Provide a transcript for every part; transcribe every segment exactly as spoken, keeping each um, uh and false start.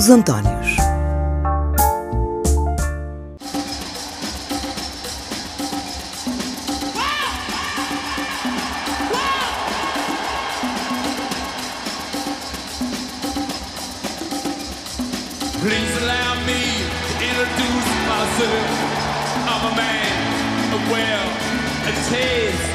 Os Antónios. Please allow me to introduce myself. I'm a man of well and taste.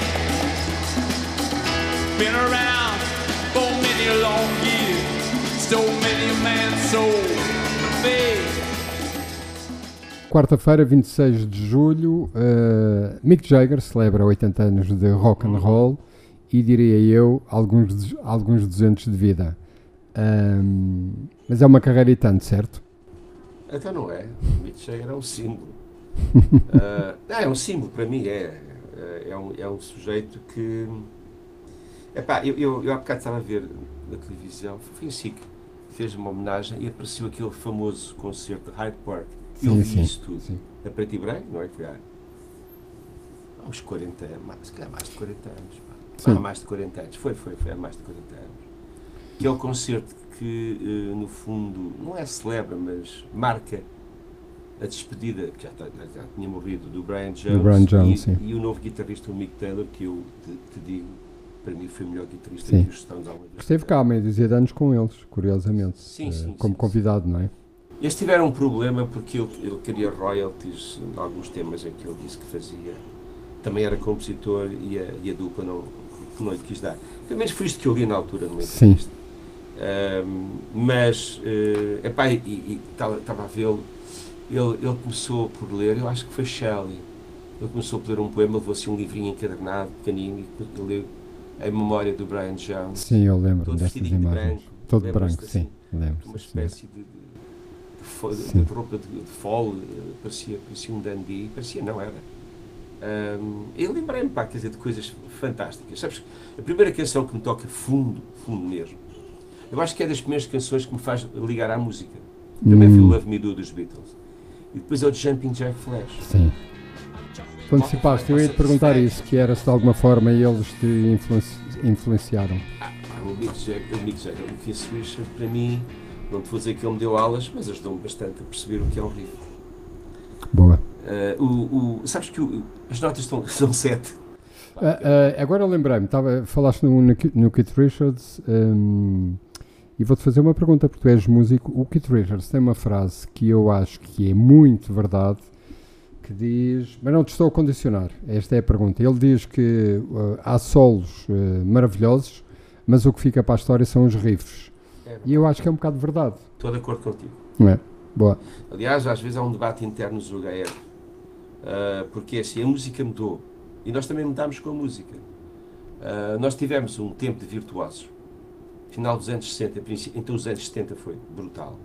Been around for many a long year. Stole many a man's soul and faith. Quarta-feira, vinte e seis de julho, uh, Mick Jagger celebra oitenta anos de rock and roll e, diria eu, alguns, alguns duzentos de vida. Um, mas é uma carreira e tanto, certo? Então não é. O Mick Jagger é um símbolo. uh, não, é um símbolo para mim. É, é, um, é um sujeito que... Epá, eu, eu, eu há bocado estava a ver na televisão, foi em SIC, fez uma homenagem e apareceu aquele famoso concerto de Hyde Park. Eu Sim, vi sim, isso tudo. sim. A preto e branco, não é? Foi há há uns quarenta anos, se calhar mais de quarenta anos. Pá. Há mais de quarenta anos. Foi, foi, foi há mais de quarenta anos. Que é o concerto que, no fundo, não é celebra, mas marca a despedida, que já, já tinha morrido, do Brian Jones, do Brian Jones e, sim. e o novo guitarrista, o Mick Taylor, que eu te, te digo, para mim foi o melhor guitarrista Sim. que os Stones alguma vez. Esteve cá há meia dúzia de anos com eles, curiosamente, sim, uh, sim, como sim, convidado, sim. não é? Eles tiveram um problema porque ele, ele queria royalties em alguns temas em que ele disse que fazia. Também era compositor e a, e a dupla não, não lhe quis dar. Pelo menos foi isto que eu li na altura numa entrevista. Um, mas, uh, epá, e estava a vê-lo, ele, ele começou por ler, eu acho que foi Shelley, ele começou por ler um poema, levou assim um livrinho encadernado, pequenino, e leu a memória do Brian Jones. Sim, eu lembro todo destas vestidinho imagens. De branco, todo branco, assim, sim, lembro. uma espécie de, de, de, de, de roupa de, de fall, parecia, parecia um dandy, parecia, não era. Um, eu lembrei-me, pá, quer dizer, de coisas fantásticas. Sabes, a primeira canção que me toca fundo, fundo mesmo, eu acho que é das primeiras canções que me faz ligar à música. Também hum. foi o Love Me Do dos Beatles. E depois é o Jumping Jack Flash. Sim. Tu antecipaste, eu ia te perguntar isso, que era se de alguma forma eles te influenci influenciaram. Ah, o Mick Jagger, o Mick Jagger, o Keith Richards, para mim, não te vou dizer que ele me deu aulas, mas ajudou-me bastante a perceber o que é um riff. Boa. Uh, o, o, sabes que o, as notas estão, são sete. Uh, uh, agora lembrei-me, tava, falaste no, no, no Keith Richards um, e vou-te fazer uma pergunta, porque tu és músico. O Keith Richards tem uma frase que eu acho que é muito verdade, que diz, mas não te estou a condicionar, esta é a pergunta. Ele diz que uh, há solos uh, maravilhosos, mas o que fica para a história são os riffs. É, e eu acho que é um bocado verdade. Estou de acordo contigo. É. Boa. Aliás, às vezes há um debate interno nos U H R, uh, porque assim, a música mudou e nós também mudámos com a música. Uh, nós tivemos um tempo de virtuosos, final dos anos sessenta, então os anos setenta foi brutal.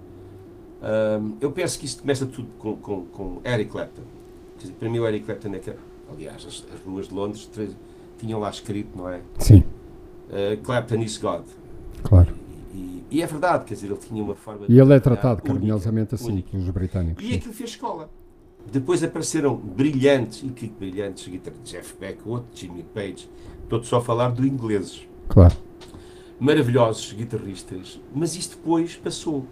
Uh, eu penso que isso começa tudo com, com, com Eric Clapton. Quer dizer, para mim o Eric Clapton é que, aliás, as, as ruas de Londres tinham lá escrito, não é? Sim. Uh, Clapton is God. Claro. E, e é verdade, quer dizer, ele tinha uma forma... E ele é tratado carinhosamente assim única. pelos britânicos. E sim. aquilo fez escola. Depois apareceram brilhantes, e que brilhantes, guitarristas, Jeff Beck, outro, Jimmy Page, estou só a falar de ingleses. Claro. Maravilhosos guitarristas, mas isso depois passou.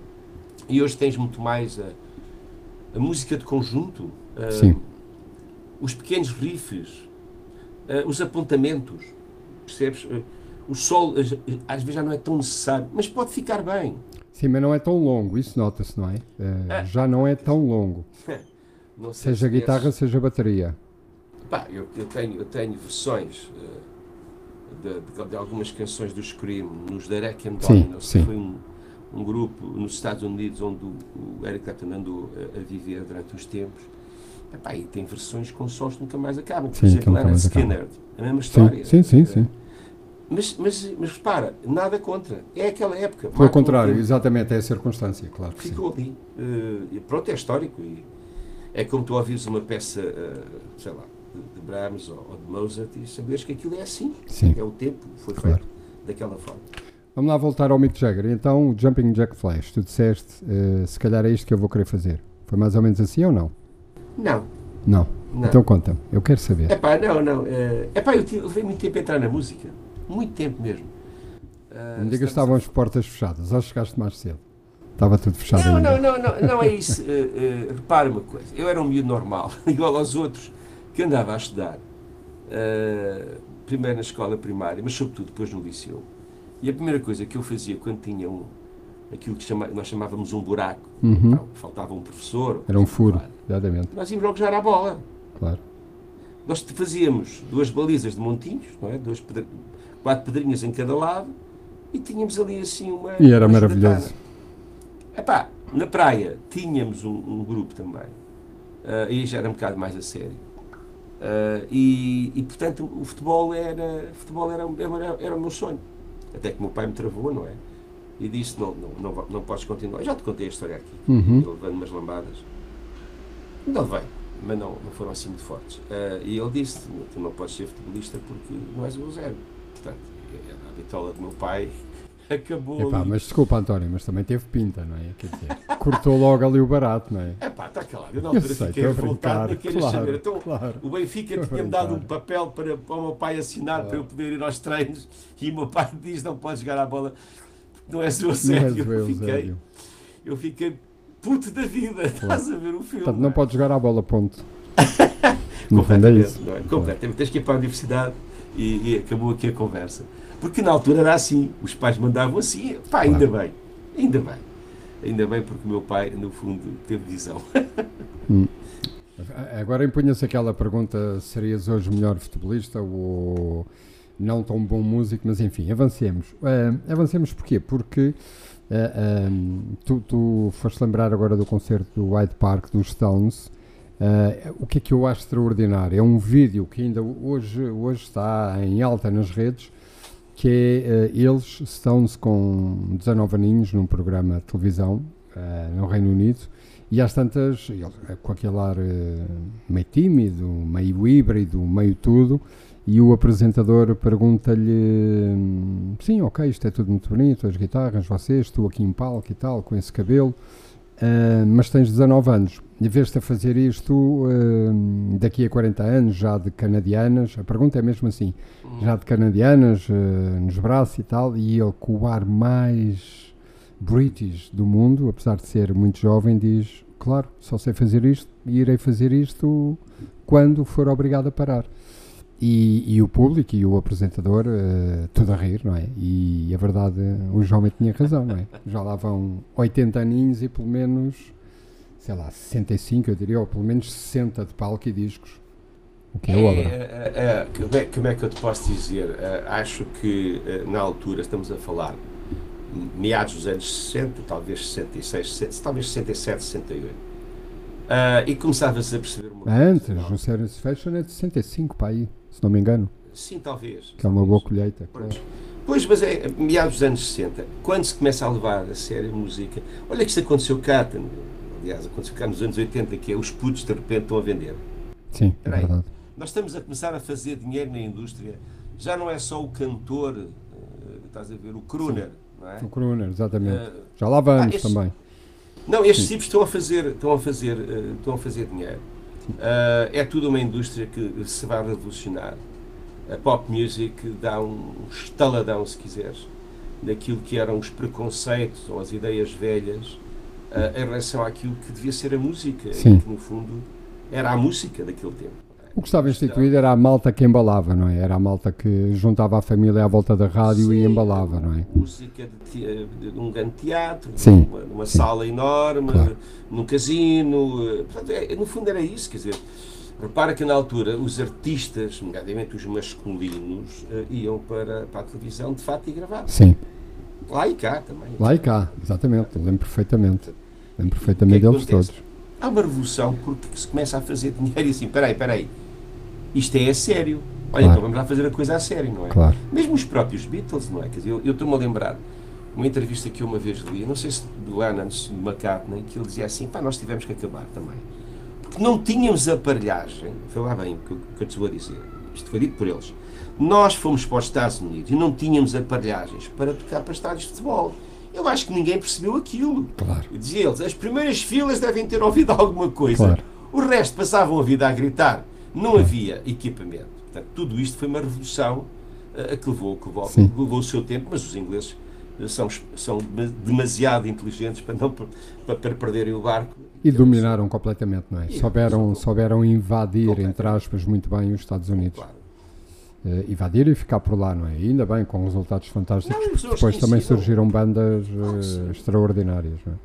E hoje tens muito mais a, a música de conjunto, uh, os pequenos riffs, uh, os apontamentos, percebes? Uh, o solo às vezes já não é tão necessário, mas pode ficar bem. Sim, mas não é tão longo, isso nota-se, não é? Uh, ah, já não é tão longo. Não sei seja se guitarra, conheces. seja bateria. Pá, eu, eu, tenho, eu tenho versões uh, de, de, de algumas canções do Scream, nos Derek and Dominos, que foi um, um grupo nos Estados Unidos onde o, o Eric Clapton andou a, a viver durante os tempos. E, pá, e tem versões com sons que nunca mais acabam. Por exemplo, Leonard Skinner, a mesma história. Sim, sim, sim. sim. Uh, Mas, mas, mas repara, nada contra. É aquela época. Pelo contrário, um exatamente, é a circunstância, claro. Que ficou sim. ali. Uh, e pronto, é histórico. E é como tu ouvires uma peça, uh, sei lá, de, de Brahms ou, ou de Mozart e saberes que aquilo é assim. Sim. É o tempo, foi claro. feito daquela forma. Vamos lá voltar ao Mick Jagger. Então, o Jumping Jack Flash, tu disseste, uh, se calhar é isto que eu vou querer fazer. Foi mais ou menos assim ou não? Não. Não? não. Então conta-me, eu quero saber. Epá, não, não. Uh, epá, eu levei muito tempo a entrar na música. Muito tempo mesmo. Uh, Me digas que estavam a... as portas fechadas, ou chegaste mais cedo? Estava tudo fechado Não, ainda. não, não, não, não é isso. Uh, uh, repara uma coisa, eu era um miúdo normal, igual aos outros, que andava a estudar, uh, primeiro na escola primária, mas sobretudo depois no liceu. E a primeira coisa que eu fazia quando tinha um, aquilo que chama, nós chamávamos um buraco, Uhum. então, faltava um professor. Era um furo, exatamente. Nós íamos logo jogar à bola. Claro. Nós fazíamos duas balizas de montinhos, não é? Duas pedra, quatro pedrinhas em cada lado, e tínhamos ali assim uma... E era uma maravilhoso. Epá, na praia tínhamos um, um grupo também, uh, e já era um bocado mais a sério. Uh, e, e, portanto, o futebol era, futebol era, era, era o meu sonho. Até que o meu pai me travou, não é? E disse, não, não, não, não podes continuar. Eu já te contei a história aqui, Uhum. ele levando umas lambadas. Não veio, mas não, não foram assim muito fortes. Uh, e ele disse, tu não podes ser futebolista porque não és o Eusébio. Portanto, a bitola do meu pai acabou. Epá, ali. mas desculpa, António, mas também teve pinta, não é? Quer dizer, cortou logo ali o barato, não é? Epá, está calado. Eu na Eu altura sei, fiquei estou a revoltado, brincar, nem queres claro, saber. Então, claro. o Benfica Estou a tinha-me dado um brincar. papel para, para o meu pai assinar, Claro. para eu poder ir aos treinos, e o meu pai diz, não podes jogar a bola, não és o Não és Eusébio. o Eu fiquei, Eusébio. eu fiquei puto da vida, estás a ver o filme. Portanto, não podes jogar à bola, ponto. No fundo é Completamente, isso. não é? Completamente. Tens que ir para a universidade e, e acabou aqui a conversa. Porque na altura era assim, os pais mandavam assim, pá, ainda bem, ainda bem. Ainda bem porque o meu pai, no fundo, teve visão. Hum. Agora impunha-se aquela pergunta, serias hoje melhor futebolista ou não tão bom músico, mas enfim, avancemos. Uh, avancemos porquê? Porque uh, um, tu, tu foste lembrar agora do concerto do Hyde Park, dos Stones. Uh, o que é que eu acho extraordinário? É um vídeo que ainda hoje, hoje está em alta nas redes, que é uh, eles, Stones, com dezanove aninhos, num programa de televisão uh, no Reino Unido, e às tantas, ele, com aquele ar uh, meio tímido, meio híbrido, meio tudo, e o apresentador pergunta-lhe, sim, ok, isto é tudo muito bonito, as guitarras, vocês, estou aqui em palco e tal, com esse cabelo, uh, mas tens dezanove anos, e vês-te a fazer isto uh, daqui a quarenta anos, já de canadianas, a pergunta é mesmo assim, já de canadianas, uh, nos braços e tal, e ele com o ar mais British do mundo, apesar de ser muito jovem, diz, claro, só sei fazer isto e irei fazer isto quando for obrigado a parar. E, e o público e o apresentador, uh, tudo a rir, não é? E a verdade, o jovem tinha razão, não é? Já lá vão oitenta aninhos e pelo menos, sei lá, sessenta e cinco, eu diria, ou pelo menos sessenta de palco e discos. O que é, é obra. É, é, como, é, como é que eu te posso dizer? Uh, acho que uh, na altura, estamos a falar, meados dos anos sessenta, talvez sessenta e seis, sessenta, talvez sessenta e sete, sessenta e oito. Uh, e começavas a perceber uma coisa. Antes, no Serious Fashion é de sessenta e cinco, para aí, se não me engano. Sim, talvez. Que é uma boa colheita. Pois, Claro. pois mas é meados dos anos sessenta, quando se começa a levar a sério a música. Olha que isto aconteceu cá, aliás, aconteceu cá nos anos oitenta, que é os putos de repente estão a vender. Sim, é Espera aí. verdade. Nós estamos a começar a fazer dinheiro na indústria. Já não é só o cantor, uh, estás a ver, o crooner, não é? O Crooner, exatamente. Uh, Já lá vamos ah, esse- também. Não, estes tipos estão a fazer, estão a fazer, uh, estão a fazer dinheiro. Uh, é tudo uma indústria que se vai revolucionar. A pop music dá um estaladão, se quiseres, daquilo que eram os preconceitos ou as ideias velhas uh, em relação àquilo que devia ser a música, Sim. e que no fundo era a música daquele tempo. O que estava instituído era a malta que embalava, não é? Era a malta que juntava a família à volta da rádio e Sim, embalava, não é? Música de, te- de um grande teatro, Sim, numa, numa sim. sala enorme, Claro. num casino. eh, Portanto, é- no fundo era isso, quer dizer, repara que na altura os artistas, nomeadamente os masculinos, eh, iam para, para a televisão de fato e gravavam. Sim. Lá e cá também. Lá e cá, exatamente. Eu lembro perfeitamente. Lembro O que perfeitamente é que deles acontece? todos. Há uma revolução porque se começa a fazer dinheiro e assim, peraí, peraí, isto é a sério. Olha, Claro. então vamos lá fazer a coisa a sério, não é? Claro. Mesmo os próprios Beatles, não é? Quer dizer, eu eu estou-me a lembrar uma entrevista que eu uma vez li, não sei se do Lennon, se do McCartney, que ele dizia assim, pá, nós tivemos que acabar também. Porque não tínhamos aparelhagem, foi lá bem o que eu, que eu te vou dizer, isto foi dito por eles. Nós fomos para os Estados Unidos e não tínhamos aparelhagens para tocar para estádios de futebol. Eu acho que ninguém percebeu aquilo. Claro. Eu dizia eles, as primeiras filas devem ter ouvido alguma coisa. Claro. O resto passavam a vida a gritar. Não havia equipamento. Portanto, tudo isto foi uma revolução uh, que, levou, que levou, Sim. levou o seu tempo, mas os ingleses são, são demasiado inteligentes para, não, para, para perderem o barco. E dominaram completamente, não é? E Souberam, souberam invadir, completamente. entre aspas, muito bem os Estados Unidos. Claro. Uh, invadir e ficar por lá, não é? E ainda bem, com resultados fantásticos, Não, porque depois também sim, surgiram bandas Claro que sim. uh, extraordinárias, não é?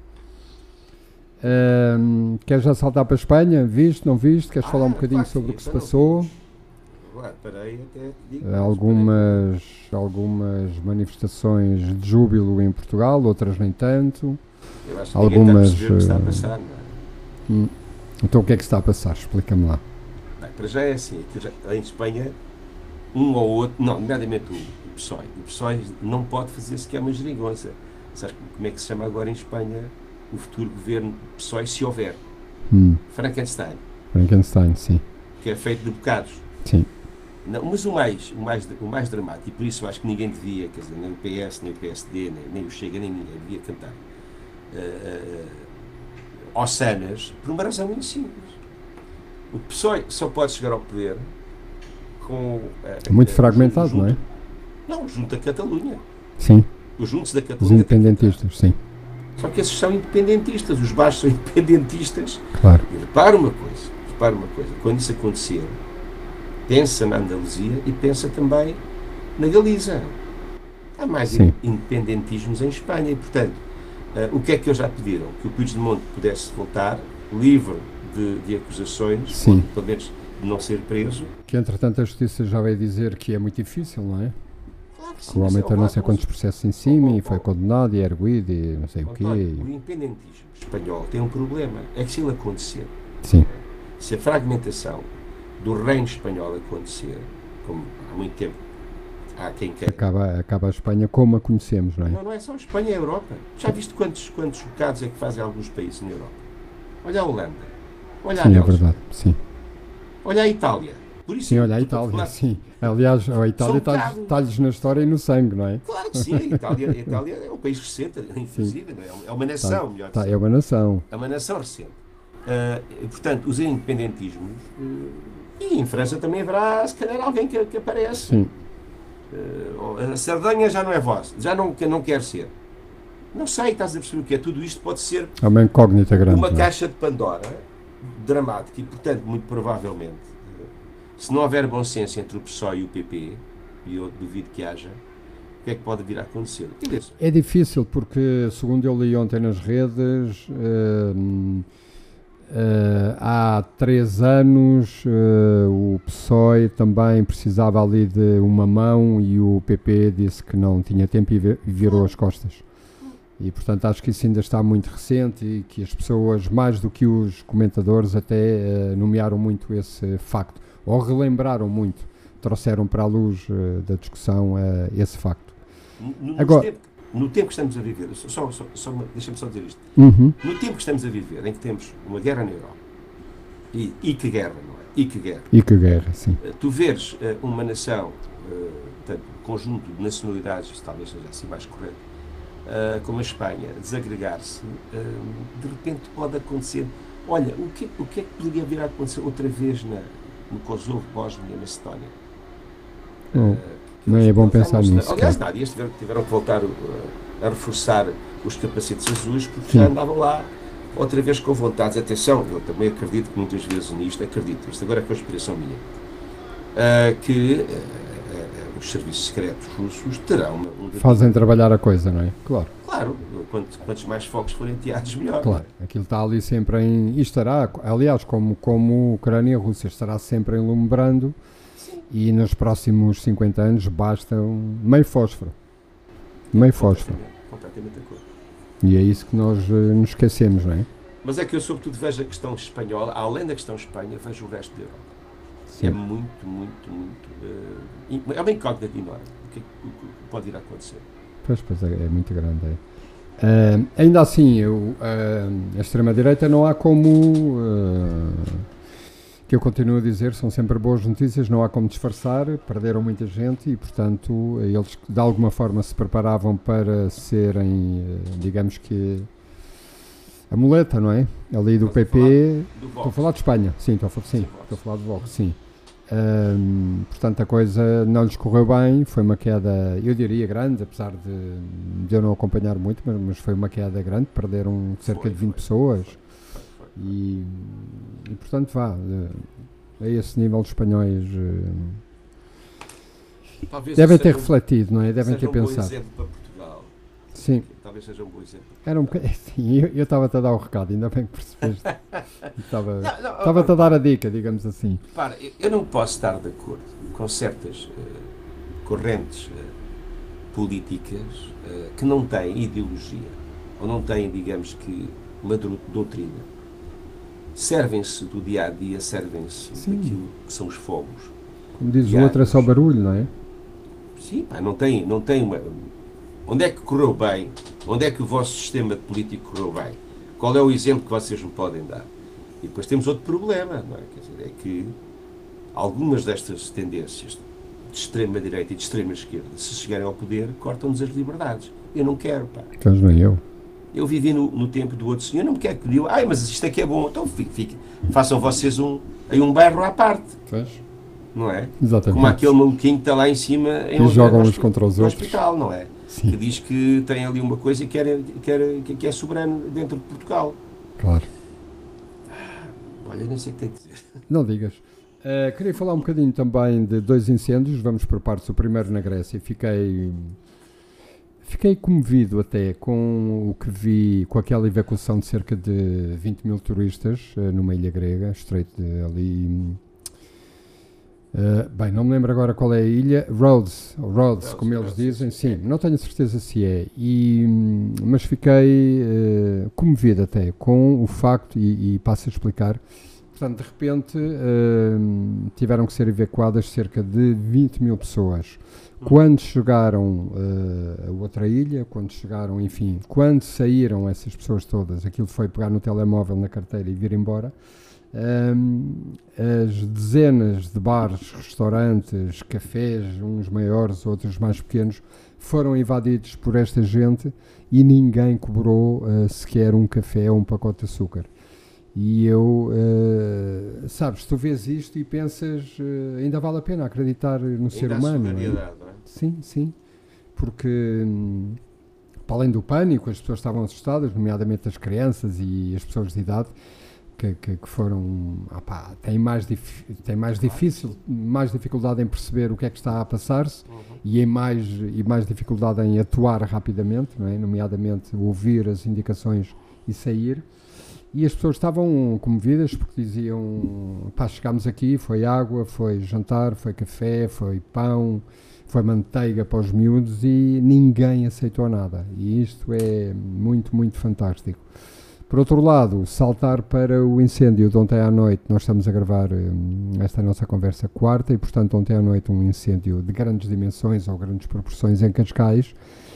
Um, queres já saltar para a Espanha? Viste, não viste? Queres Ah, falar um bocadinho claro que sobre sim, o que se então não passou? fiz. Agora, parei até te digo, Uh, mas algumas, algumas manifestações de júbilo em Portugal, outras nem tanto. parei. Eu acho que algumas, ninguém está a perceber o que está a eh, passar, não é? Hum. Então o que é que se está a passar? Explica-me lá. Bem, para já é assim, aqui já- em Espanha, um ou outro, não, nomeadamente o, o PSOE. O PSOE não pode fazer sequer uma geringonça. Sabes como é que se chama agora em Espanha o futuro governo PSOE, se houver? Hum. Frankenstein, Frankenstein, sim. que é feito de bocados. Sim. Não, mas o mais, o, mais, o mais dramático, e por isso eu acho que ninguém devia, quer dizer, nem o P S, nem o P S D, nem, nem o Chega, nem ninguém devia cantar uh, uh, ossanas, por uma razão muito simples. O PSOE só pode chegar ao poder com... Uh, Muito uh, fragmentado, junto, não é? Não, junto a Catalunha. Sim. Os juntos da Os Catalunha. independentistas, sim. Só que esses são independentistas, os baixos são independentistas. Claro. E repara uma coisa, repara uma coisa, quando isso acontecer, pensa na Andaluzia e pensa também na Galiza. Há mais Sim. independentismos em Espanha e, portanto, uh, o que é que eles já pediram? Que o Puigdemont pudesse voltar, livre de, de acusações, Sim. ou, pelo menos de não ser preso. Que entretanto a justiça já veio dizer que é muito difícil, não é? Claro que sim, Que o mas homem é tem não uma- sei quantos processos em cima Oh, oh, e foi oh. condenado e é erguido e não sei o quê. António, o e- independentismo espanhol tem um problema, é que se ele acontecer, Sim. se a fragmentação do reino espanhol acontecer, como há muito tempo há quem queira. Acaba, acaba a Espanha como a conhecemos, não é? Não, não é só a Espanha, é a Europa. Já viste quantos, quantos bocados é que fazem alguns países na Europa? Olha a Holanda, olha a Sim, é Bélgica, verdade. Sim. olha a Itália. Por isso, Sim, olha a estou Itália, falar- sim. Aliás, a Itália São está- bocados. está-lhes na história e no sangue, não é? Claro que sim, a Itália, a Itália é um país recente, inclusive, não é? É uma nação, melhor Tá, dizendo. é uma nação. É uma nação recente. Ah, e, portanto, os independentismos, eh, e em França também haverá, se calhar, alguém que, que aparece. Sim. Uh, a Sardanha já não é vossa, já não, que não quer ser. Não sei, estás a perceber o que é? Tudo isto pode ser É uma incógnita grande. uma não é? caixa de Pandora dramática e, portanto, muito provavelmente, uh, se não houver bom senso entre o PSOE e o P P, e eu duvido que haja, o que é que pode vir a acontecer? Beleza. É difícil porque, segundo eu li ontem nas redes, hum, eh, há três anos eh, o PSOE também precisava ali de uma mão e o P P disse que não tinha tempo e vi- virou as costas. E, portanto, acho que isso ainda está muito recente e que as pessoas, mais do que os comentadores, até eh, nomearam muito esse facto, ou relembraram muito, trouxeram para a luz eh, da discussão eh, esse facto. No, no Agora- tempo, no tempo que estamos a viver, só, só, só uma- deixa-me só dizer isto, Uhum. no tempo que estamos a viver, em que temos uma guerra na Europa, e, e que guerra, não é? E que guerra. E que guerra, sim. Uh, tu veres uh, uma nação, uh, portanto, um conjunto de nacionalidades, isso talvez seja assim mais correto, uh, como a Espanha, desagregar-se, uh, de repente pode acontecer. Olha, o que, o que é que poderia vir a acontecer outra vez na, no Kosovo, Bósnia, Macedónia? Hum, Uh, que não eles é bom não pensar estão- nisso, Aliás, claro. nada, eles tiveram, tiveram que voltar uh, a reforçar os capacetes azuis porque Sim. já andavam lá outra vez com vontades. Atenção, eu também acredito que muitas vezes nisto, acredito, isto agora é conspiração minha, uh, que uh, uh, os serviços secretos russos terão uma, um Fazem trabalhar a coisa, não é? Claro, Claro, quanto, quantos mais focos forem ateados, melhor. claro. Aquilo está ali sempre em... E estará, aliás, como, como Ucrânia e a Rússia, estará sempre enlumbrando e nos próximos cinquenta anos basta um meio fósforo. Meio fósforo. Completamente, completamente de acordo. E é isso que nós eh, nos esquecemos, não é? Mas é que eu, sobretudo, vejo a questão espanhola, além da questão Espanha, vejo o resto da Europa. Sim. É muito, muito, muito. Uh, é uma incógnita enorme. O que, é que- o que pode ir a acontecer? Pois, pois é, é muito grande. É. Ah, ainda assim, eu, ah, a extrema-direita não há como, ah, que eu continuo a dizer, são sempre boas notícias, não há como disfarçar, perderam muita gente e, portanto, eles de alguma forma se preparavam para serem, ah, digamos que, a muleta, não é? Ali do Estás P a falar P, Do estou a Vox. falar de Espanha, sim, estou a falar, sim, Sim, Vox. estou a falar de Vox, sim. Um, portanto, a coisa não lhes correu bem, foi uma queda, eu diria, grande, apesar de, de eu não acompanhar muito, mas, mas foi uma queda grande, perderam cerca Foi, de vinte foi. pessoas. Foi, foi, foi. E, e, portanto, vá, a esse nível os espanhóis uh, Talvez devem seja ter um- refletido, não é? Devem ter seja um bom pensado. exemplo para Portugal. Sim, Talvez seja um bom exemplo. era um bocadinho. Sim, eu eu estava-te a dar o recado, ainda bem que percebeste. Estava- Não, não, Estava-te a dar a dica, digamos assim. Repara, eu- eu não posso estar de acordo com certas eh, correntes eh, políticas eh, que não têm ideologia, ou não têm, digamos que, uma dro- doutrina. Servem-se do dia a dia, servem-se Sim. daquilo que são os fogos. Como diz o Diários. outro, é só barulho, não é? Sim, pá, não tem, não tem uma. Onde é que correu bem? Onde é que o vosso sistema político correu bem? Qual é o exemplo que vocês me podem dar? E depois temos outro problema, não é? Quer dizer, é que algumas destas tendências de extrema-direita e de extrema-esquerda, se chegarem ao poder, cortam-nos as liberdades. Eu não quero, pá. Pois nem eu. Eu vivi no, no tempo do outro senhor, não me quero que diga, ai, mas isto aqui é bom, então fique, fique, façam vocês um, aí um bairro à parte, Pois. não é? Exatamente. Como aquele maluquinho que está lá em cima em E jogam no uns contra os no outros. hospital, não é? Que Sim, diz que tem ali uma coisa e quer, quer, que é soberano dentro de Portugal. claro. Olha, nem sei o que tem que dizer. Não digas. Uh, queria falar um bocadinho também de dois incêndios. Vamos por partes. O primeiro na Grécia. Fiquei, fiquei comovido até com o que vi, com aquela evacuação de cerca de vinte mil turistas uh, numa ilha grega, estreito de ali. Uh, bem, não me lembro agora qual é a ilha. Rhodes, ou Rhodes, Rhodes, como eles Rhodes, dizem. sim. Sim, não tenho certeza se é. E, hum, mas fiquei uh, comovido até com o facto, e, e passo a explicar. Portanto, de repente, uh, tiveram que ser evacuadas cerca de vinte mil pessoas. Quando chegaram uh, a outra ilha, quando chegaram, enfim, quando saíram essas pessoas todas, aquilo foi pegar no telemóvel, na carteira e vir embora, um, as dezenas de bares, restaurantes, cafés, uns maiores, outros mais pequenos, foram invadidos por esta gente e ninguém cobrou uh, sequer um café ou um pacote de açúcar. E eu, uh, sabes, tu vês isto e pensas, uh, ainda vale a pena acreditar no ser Ainda há humano. Não é? solidariedade, não é? Sim, sim. Porque, hum, para além do pânico, as pessoas estavam assustadas, nomeadamente as crianças e as pessoas de idade, que, que, que foram, ah pá, têm mais, dif- têm mais difícil, mais dificuldade em perceber o que é que está a passar-se Uhum. e, em mais, e mais dificuldade em atuar rapidamente, não é? Nomeadamente ouvir as indicações e sair. E as pessoas estavam comovidas porque diziam, pá, chegámos aqui, foi água, foi jantar, foi café, foi pão, foi manteiga para os miúdos e ninguém aceitou nada. E isto é muito, muito fantástico. Por outro lado, saltar para o incêndio de ontem à noite, nós estamos a gravar hum, esta nossa conversa quarta e, portanto, ontem à noite um incêndio de grandes dimensões ou grandes proporções em Cascais.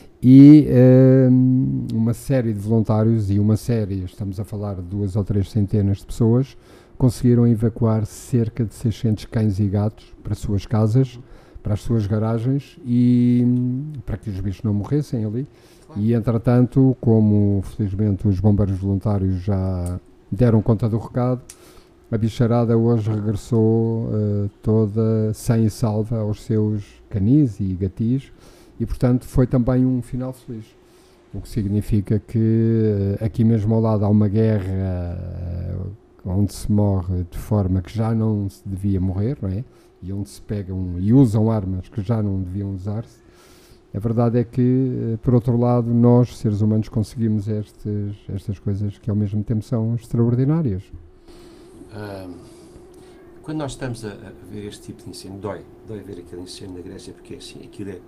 E um, uma série de voluntários e uma série, estamos a falar de duas ou três centenas de pessoas, conseguiram evacuar cerca de seiscentos cães e gatos para as suas casas, para as suas garagens e hum, para que os bichos não morressem ali. Claro. E entretanto, como felizmente os bombeiros voluntários já deram conta do recado, a bicharada hoje regressou uh, toda sã e salva aos seus canis e gatis. E, portanto, foi também um final feliz. O que significa que aqui mesmo ao lado há uma guerra uh, onde se morre de forma que já não se devia morrer, não é? E onde se pegam e usam armas que já não deviam usar-se. A verdade é que, uh, por outro lado, nós, seres humanos, conseguimos estes, estas coisas que ao mesmo tempo são extraordinárias. Ahm, quando nós estamos a, a ver este tipo de incêndio, dói. Dói ver aquele incêndio na Grécia porque assim, aquilo é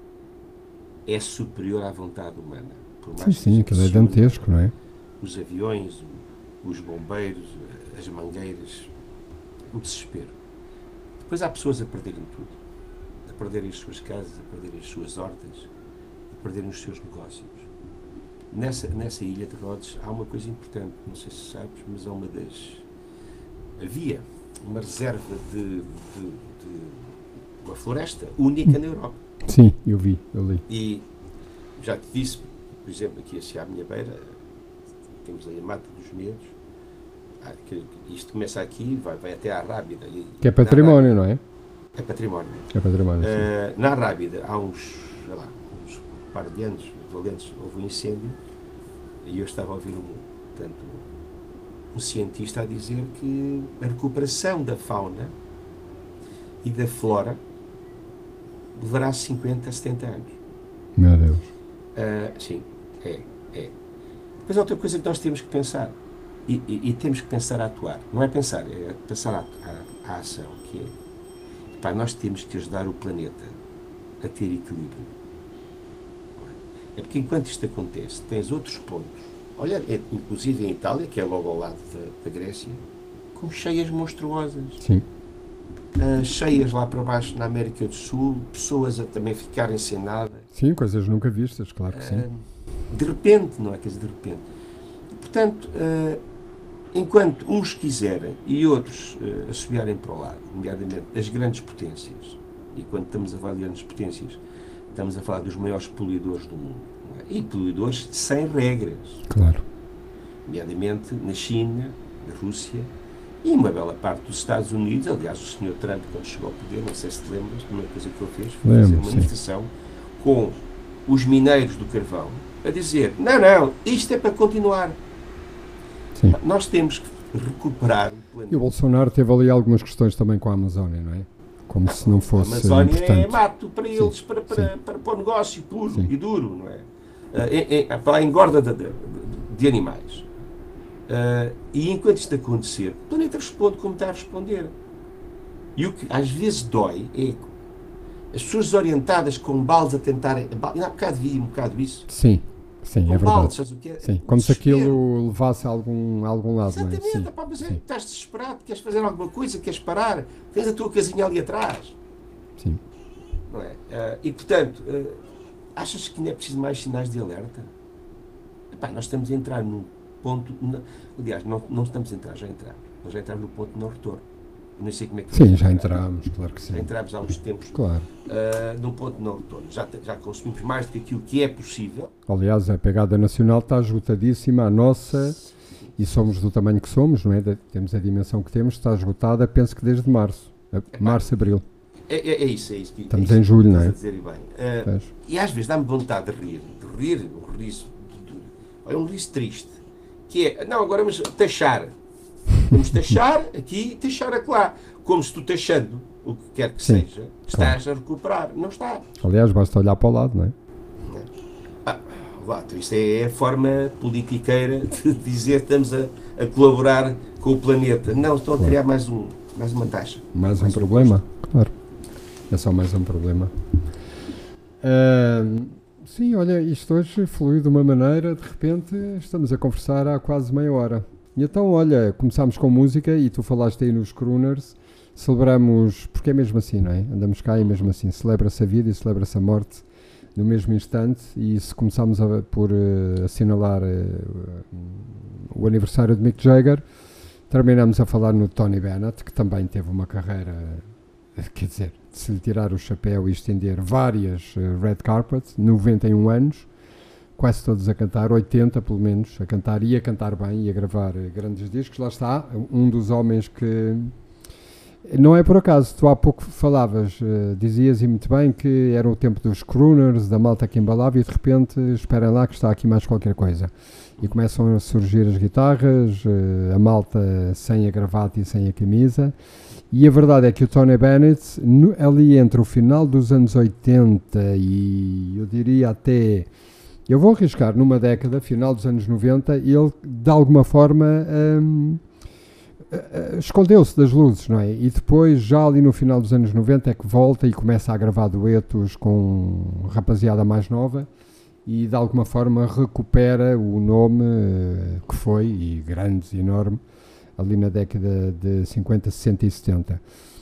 é superior à vontade humana. Por mais Sim, que sim, se aquilo é assuma dantesco, não é? Os aviões, o- os bombeiros, as mangueiras, o desespero. Depois há pessoas a perderem tudo. A perderem as suas casas, a perderem as suas hortas, a perderem os seus negócios. Nessa, nessa ilha de Rhodes há uma coisa importante, não sei se sabes, mas é uma das... Havia uma reserva de, de, de uma floresta única na Europa. Sim, eu vi, eu li. E já te disse, por exemplo, aqui assim à minha beira, temos aí a Mata dos Medos, ah, que, que isto começa aqui, vai, vai até à Rábida. E, Que é na património, Rábida, não é? É património. É património, sim. Uh, na Rábida, há uns, sei lá, uns par de anos, valentes, houve um incêndio e eu estava a ouvir um, portanto, um cientista a dizer que a recuperação da fauna e da flora levará cinquenta a setenta anos. Meu Deus. Uh, sim, é, é. Depois há outra coisa que nós temos que pensar. E, e, e temos que pensar a atuar. Não é pensar, é pensar a, a, a ação, que é, pá, nós temos que ajudar o planeta a ter equilíbrio. É porque enquanto isto acontece, tens outros pontos, olha, é, inclusive em Itália, que é logo ao lado da, da Grécia, com cheias monstruosas. Sim. Uh, cheias lá para baixo na América do Sul, pessoas a também ficarem sem nada. Sim, coisas nunca vistas, claro que sim. Uh, de repente, não é? Quer dizer, de repente. Portanto, uh, enquanto uns quiserem e outros uh, assobiarem para o lado, nomeadamente as grandes potências, e quando estamos a avaliar as potências, estamos a falar dos maiores poluidores do mundo, não é? E poluidores sem regras. Claro. Nomeadamente na China, na Rússia e uma bela parte dos Estados Unidos. Aliás, o senhor Trump, quando chegou ao poder, não sei se te lembras, a primeira coisa que ele fez foi fazer uma manifestação com os mineiros do carvão a dizer, não, não, isto é para continuar. Sim. Nós temos que recuperar o planeta. E o Bolsonaro teve ali algumas questões também com a Amazónia, não é? Como se não fosse a Amazónia importante. É mato para eles, sim, para, para, sim. para, para o negócio puro Sim. e duro, não é? Uh, é, é para a engorda de, de, de animais. Uh, e enquanto isto acontecer, o planeta responde como está a responder. E o que às vezes dói é as pessoas desorientadas com baldes a tentarem. E há bocado vi um bocado isso. Sim, sim, com é verdade. baldes, sabes o que é? Sim, como se Desespero. aquilo levasse a algum, a algum lado, Exatamente, não é? Sim, pá, mas é, sim. estás desesperado, queres fazer alguma coisa, queres parar, tens a tua casinha ali atrás. Sim. Não é? Uh, e portanto, uh, achas que ainda é preciso mais sinais de alerta? Epá, nós estamos a entrar num ponto. Na, aliás, não, não estamos a entrar, já entramos. Nós já entramos no ponto de não retorno. Eu não sei como é que Sim, já entramos, claro que sim. Já entramos há uns tempos Claro. uh, num ponto de não retorno. Já, já consumimos mais do que aquilo que é possível. Aliás, a pegada nacional está esgotadíssima, a nossa, e somos do tamanho que somos, não é? Da, temos a dimensão que temos, está esgotada, penso que desde março. Março, abril. É, é, é isso, é isso. Que, Estamos é isso em julho, não é? A dizer bem. Uh, e às vezes dá-me vontade de rir, de rir, um riso, de, de, olha, um riso triste, que é, não, agora vamos taxar. Vamos taxar aqui e taxar acolá. Como se tu taxando o que quer que Sim, seja, estás claro. a recuperar. Não estás. Aliás, basta olhar para o lado, não é? Ah, lá, isto é a forma politiqueira de dizer que estamos a, a colaborar com o planeta. Não, estão a criar mais, um, mais uma taxa. Mais, mais um, um problema, custo. Claro. É só mais um problema. Uh, sim, olha, isto hoje fluiu de uma maneira, de repente estamos a conversar há quase meia hora. E então, olha, começámos com música e tu falaste aí nos crooners, celebramos, porque é mesmo assim, não é? Andamos cá e mesmo assim, celebra-se a vida e celebra-se a morte no mesmo instante, e se começámos a, por uh, assinalar uh, o aniversário de Mick Jagger, terminamos a falar no Tony Bennett, que também teve uma carreira, quer dizer, de se lhe tirar o chapéu e estender várias uh, red carpets, noventa e um anos, quase todos a cantar, oitenta pelo menos, a cantar e a cantar bem e a gravar uh, grandes discos. Lá está, um dos homens que... Não é por acaso, tu há pouco falavas, uh, dizias e muito bem que era o tempo dos crooners, da malta que embalava, e de repente esperem lá que está aqui mais qualquer coisa. E começam a surgir as guitarras, uh, a malta sem a gravata e sem a camisa. E a verdade é que o Tony Bennett, no, ali entre o final dos anos oitenta e eu diria até... Eu vou arriscar numa década, final dos anos noventa, ele de alguma forma um, escondeu-se das luzes, não é? E depois, já ali no final dos anos noventa, é que volta e começa a gravar duetos com rapaziada mais nova e de alguma forma recupera o nome uh, que foi, e grande, enorme, ali na década de cinquenta, sessenta e setenta.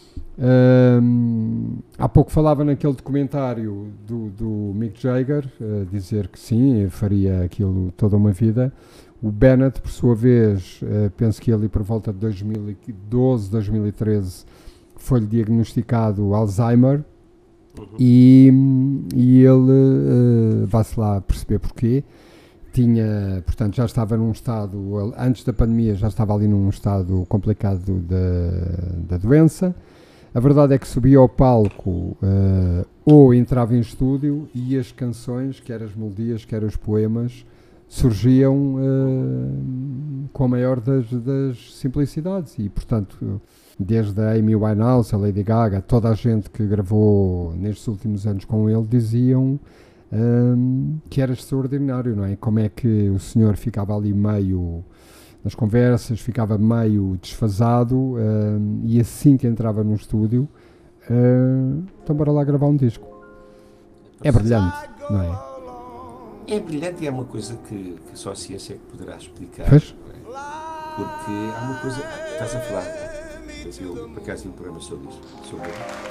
Um, há pouco falava naquele documentário do, do Mick Jagger, uh, dizer que sim, faria aquilo toda uma vida. O Bennett, por sua vez, uh, penso que ali por volta de dois mil e doze, dois mil e treze foi-lhe diagnosticado Alzheimer. Uhum. e, e ele, uh, vai-se lá perceber porquê, tinha, portanto, já estava num estado, antes da pandemia já estava ali num estado complicado da, da doença. A verdade é que subia ao palco uh, ou entrava em estúdio e as canções, quer as melodias, quer os poemas, surgiam uh, com a maior das, das simplicidades. E, portanto, desde a Amy Winehouse, a Lady Gaga, toda a gente que gravou nestes últimos anos com ele, diziam um, que era extraordinário, não é? Como é que o senhor ficava ali meio... nas conversas, ficava meio desfasado uh, e assim que entrava no estúdio, uh, então bora lá gravar um disco. É brilhante, não é? É brilhante e é uma coisa que, que só a ciência é que poderá explicar. Pois? Porque há uma coisa... Estás a falar... Eu, por acaso, tinha um programa sobre isso. Sobre...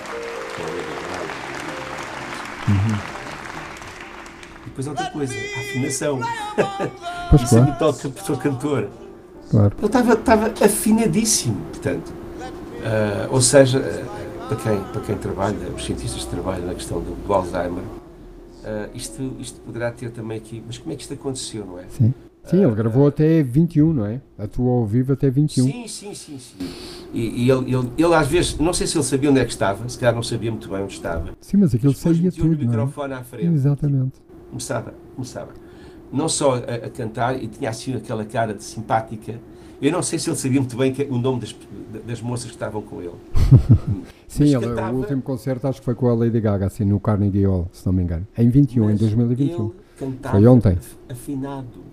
Uhum. E depois outra coisa, a afinação. Pois, isso é claro. me toca a pessoa cantora. Claro. Ele estava, estava afinadíssimo, portanto. Uh, ou seja, uh, para, quem, para quem trabalha, os cientistas que trabalham na questão do, do Alzheimer, uh, isto, isto poderá ter também aqui... Mas como é que isto aconteceu, não é? Sim, sim ele gravou uh, até vinte e um, não é? Atuou ao vivo até vinte e um. Sim, sim, sim, sim. E, e ele, ele, ele às vezes, não sei se ele sabia onde é que estava, se calhar não sabia muito bem onde estava. Sim, mas aquilo saía tudo, o microfone não é? à frente. Exatamente. Começava, começava. Não só a, a cantar, e tinha assim aquela cara de simpática. Eu não sei se ele sabia muito bem que, o nome das, das moças que estavam com ele. Sim, ele, cantava, o último concerto acho que foi com a Lady Gaga, assim, no Carnegie Hall, se não me engano. Em vinte e um, em dois mil e vinte e um. Foi ontem. Afinado.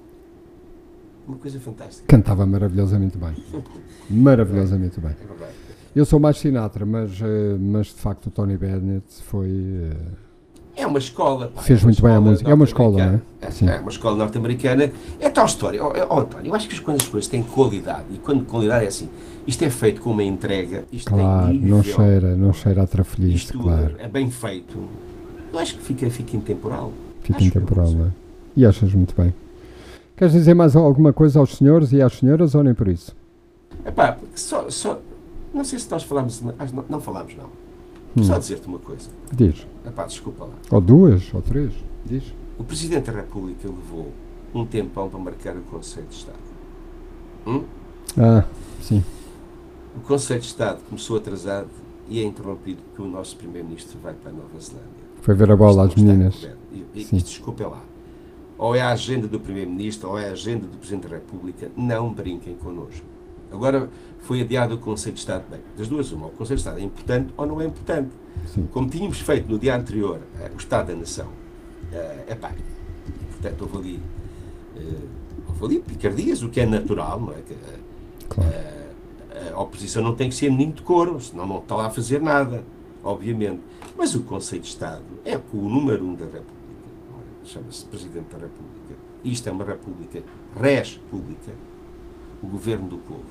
Uma coisa fantástica. Cantava maravilhosamente bem. Maravilhosamente bem. É verdade. Eu sou mais Sinatra, mas, mas de facto o Tony Bennett foi... É uma escola. Pá, fez é muito bem a música. É uma escola, não é? É, Sim. é uma escola norte-americana. É tal história. Oh, oh, António, eu acho que quando as coisas têm qualidade, e quando qualidade é assim, isto é feito com uma entrega, isto claro, tem nível, não cheira, não cheira a trafolhice, isto claro. é bem feito. Eu acho que fica, fica intemporal. Fica acho intemporal, não é? E achas muito bem. Queres dizer mais alguma coisa aos senhores e às senhoras ou nem por isso? Epá, só, só, não sei se nós falámos, não, não falámos não. Hum. Só dizer-te uma coisa. Diz. Epá, desculpa lá. Ou duas, ou três. Diz. O Presidente da República levou um tempão para marcar o Conselho de Estado. Hum? Ah, sim. O Conselho de Estado começou atrasado e é interrompido porque o nosso Primeiro-Ministro vai para a Nova Zelândia. Foi ver a bola às meninas. E, e, isto, desculpa lá. Ou é a agenda do Primeiro-Ministro ou é a agenda do Presidente da República. Não brinquem connosco. Agora foi adiado o Conselho de Estado. Bem, das duas uma. O Conselho de Estado é importante ou não é importante. Sim. Como tínhamos feito no dia anterior uh, o Estado da Nação. É uh, pá. Portanto, houve ali, uh, houve ali picardias, o que é natural, não é? Que, uh, claro. uh, a oposição não tem que ser menino de couro, senão não está lá a fazer nada, obviamente. Mas o Conselho de Estado é o número um da República. Chama-se Presidente da República. Isto é uma República res pública, o governo do povo.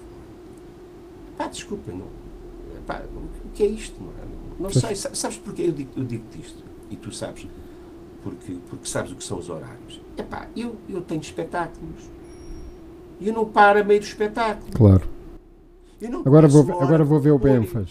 Pá, desculpa, não, pá, o que é isto? Não, é? Não sei, sabes porquê eu digo, eu digo isto? E tu sabes, porque, porque sabes o que são os horários. Epá, eu, eu tenho espetáculos e eu não paro a meio do espetáculo. Claro. Eu não agora, vou, agora vou ver o Benfas.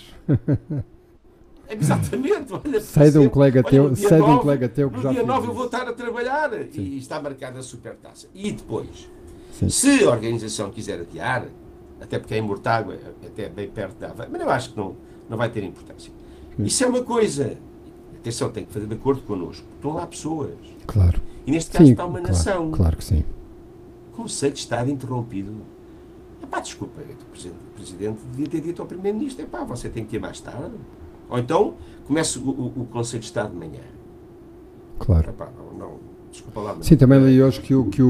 Exatamente. Olha, sei de um colega olha, teu, sei de um colega teu que no já dia nove isso. eu vou estar a trabalhar. Sim. E está marcada a supertaça. E depois, Sim. se a organização quiser adiar, até porque é em Mortágua, até bem perto da... Mas eu acho que não, não vai ter importância. Sim. Isso é uma coisa. Atenção, tem que fazer de acordo connosco. Estão lá pessoas. Claro. E neste caso sim, está uma claro, nação. Claro que sim. O Conselho de Estado interrompido. Epá, desculpa, o Presidente, o Presidente devia ter dito ao Primeiro-Ministro, epá, você tem que ir mais tarde. Ou então, começa o, o, o Conselho de Estado de manhã. Claro. Epá, não, não, desculpa lá. Mas sim, também li hoje que, o, que o,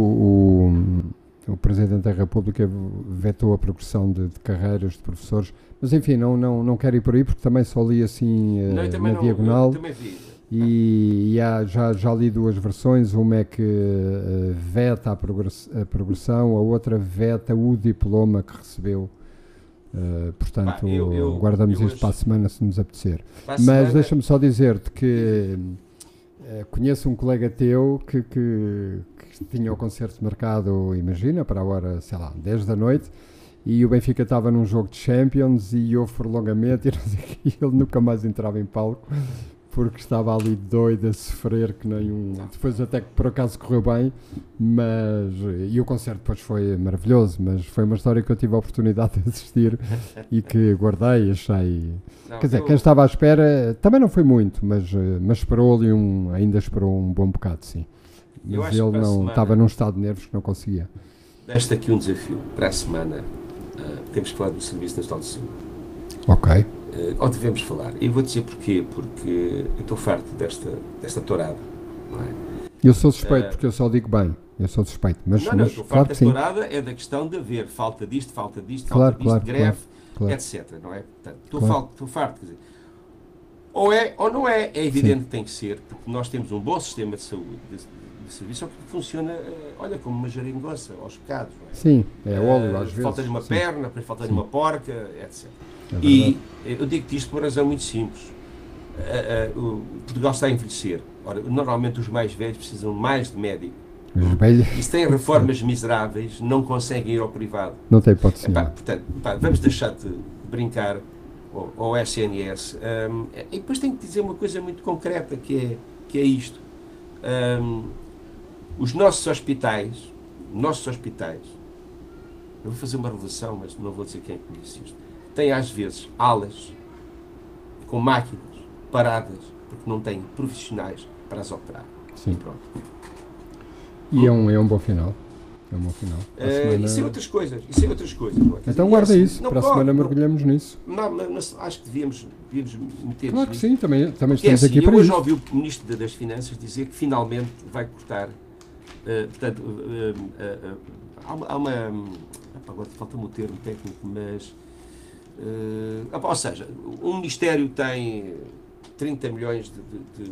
o, o Presidente da República vetou a progressão de, de carreiras de professores, mas enfim, não, não, não quero ir por aí, porque também só li assim não, uh, na não, diagonal. Eu também vi. E, e há, já, já li duas versões, uma é que uh, veta a, progress, a progressão, a outra veta o diploma que recebeu. Uh, portanto, Pá, eu, eu, guardamos eu isto hoje, para a semana se nos apetecer. Mas semana... deixa-me só dizer-te que uh, conheço um colega teu que, que, que tinha o concerto marcado, imagina, para a hora, sei lá, dez da noite, e o Benfica estava num jogo de Champions e houve prolongamento e, não sei, e ele nunca mais entrava em palco. porque estava ali doido a sofrer que nem um... Depois até que por acaso correu bem, mas... E o concerto depois foi maravilhoso, mas foi uma história que eu tive a oportunidade de assistir e que guardei, achei... Não, Quer dizer, eu- quem estava à espera também não foi muito, mas, eh, mas esperou ali um... Ainda esperou um bom bocado, sim. Eu Mas acho que ele para a não semana- estava num estado de nervos que não conseguia. Deste aqui um desafio para a semana. ah, temos que falar do Serviço Nacional de Saúde. Ok. Uh, ou devemos falar. E vou dizer porquê. Porque eu estou farto desta, desta tourada. Não é? Eu sou suspeito Eh, porque eu só digo bem. Eu sou suspeito, mas, não, não, mas estou claro farto que da sim. tourada é da questão de haver falta disto, falta disto, Claro, falta disto, claro, greve, claro. etcétera. Não é? Portanto, estou, Claro. falto, estou farto. Quer dizer, ou é ou não é. É evidente que tem que ser, porque nós temos um bom sistema de saúde, de, de serviço, só que funciona, eh, olha, como uma geringonça, aos bocados. Não é? Sim, é óleo Eh, às vezes. Falta-lhe uma sim, perna, depois falta-lhe Sim. uma porca, etcétera. é E verdade. eu digo-te isto por uma razão muito simples. Uh, uh, o Portugal está a envelhecer. Ora, normalmente os mais velhos precisam mais de médico. Os velhos E se têm reformas miseráveis, não conseguem ir ao privado. não tem hipótese Epá, nenhuma. portanto, pá, vamos deixar de brincar ao, ao S N S. Um, e depois tenho que dizer uma coisa muito concreta, que é, que é isto. Um, os nossos hospitais, nossos hospitais, eu vou fazer uma revelação, mas não vou dizer quem é que me disse isto, têm às vezes alas com máquinas paradas, porque não têm profissionais para as operar. Sim. E pronto. E é um, é um bom final. É um bom final. A Uh, semana- Isso é outras coisas. Isso é outras coisas. não é? Quer Então dizer, guarda e isso. não Para a pode, semana não- mergulhamos nisso. Não, mas, mas acho que devíamos, devíamos meter Claro que sim, também, também Porque é estamos assim, aqui eu para hoje isso. ouvi o Ministro das Finanças dizer que finalmente vai cortar. Uh, portanto, uh, uh, uh, uh, há uma. Há uma epá, agora falta-me o termo técnico, mas. Uh, epá, ou seja, um Ministério tem trinta milhões de, de, de,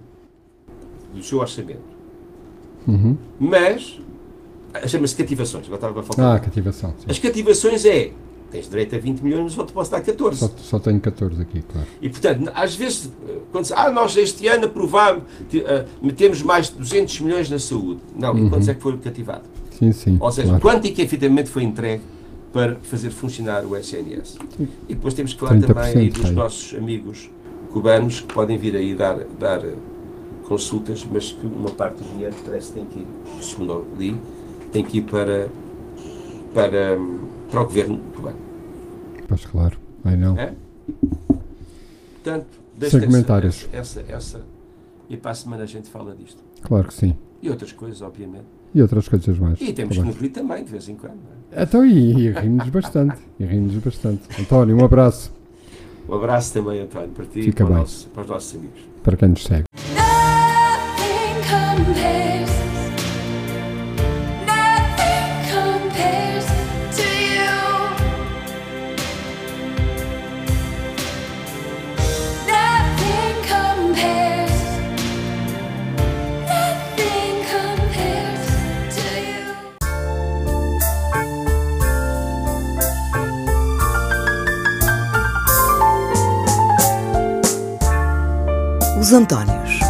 de, do seu orçamento, Uhum. mas. Chama-se cativações, agora estava a faltar. Ah, cativação. Sim. As cativações é. Tens direito a vinte milhões, mas só te posso dar catorze. Só, só tenho catorze aqui, claro. E, portanto, às vezes, quando se, ah, nós este ano aprovamos, uh, metemos mais de duzentos milhões na saúde. Não, Uhum. e quantos é que foi cativado? Sim, sim. Ou seja, claro. quanto é que efetivamente foi entregue para fazer funcionar o S N S? Sim. E depois temos que falar trinta por também cento aí dos tem. nossos amigos cubanos que podem vir aí dar, dar uh, consultas, mas que uma parte do dinheiro parece que tem que ir, segundo eu li, tem que ir para, para, um, para o governo cubano. Pois claro. Ai não. É? Portanto, deixa Sem comentários. Essa, essa, essa, e para a semana a gente fala disto. Claro que sim. E outras coisas, obviamente. E outras coisas mais. E temos Tá que bem. nos rir também, de vez em quando. Não é? Então, e, e rimos bastante. E rimos bastante. António, um abraço Um abraço também, António, para ti e Fica para, o bem. nosso, para os nossos amigos. para quem nos segue. Nothing compares. Nothing compares to you. Nothing compares. Nothing compares to you. Os Antónios.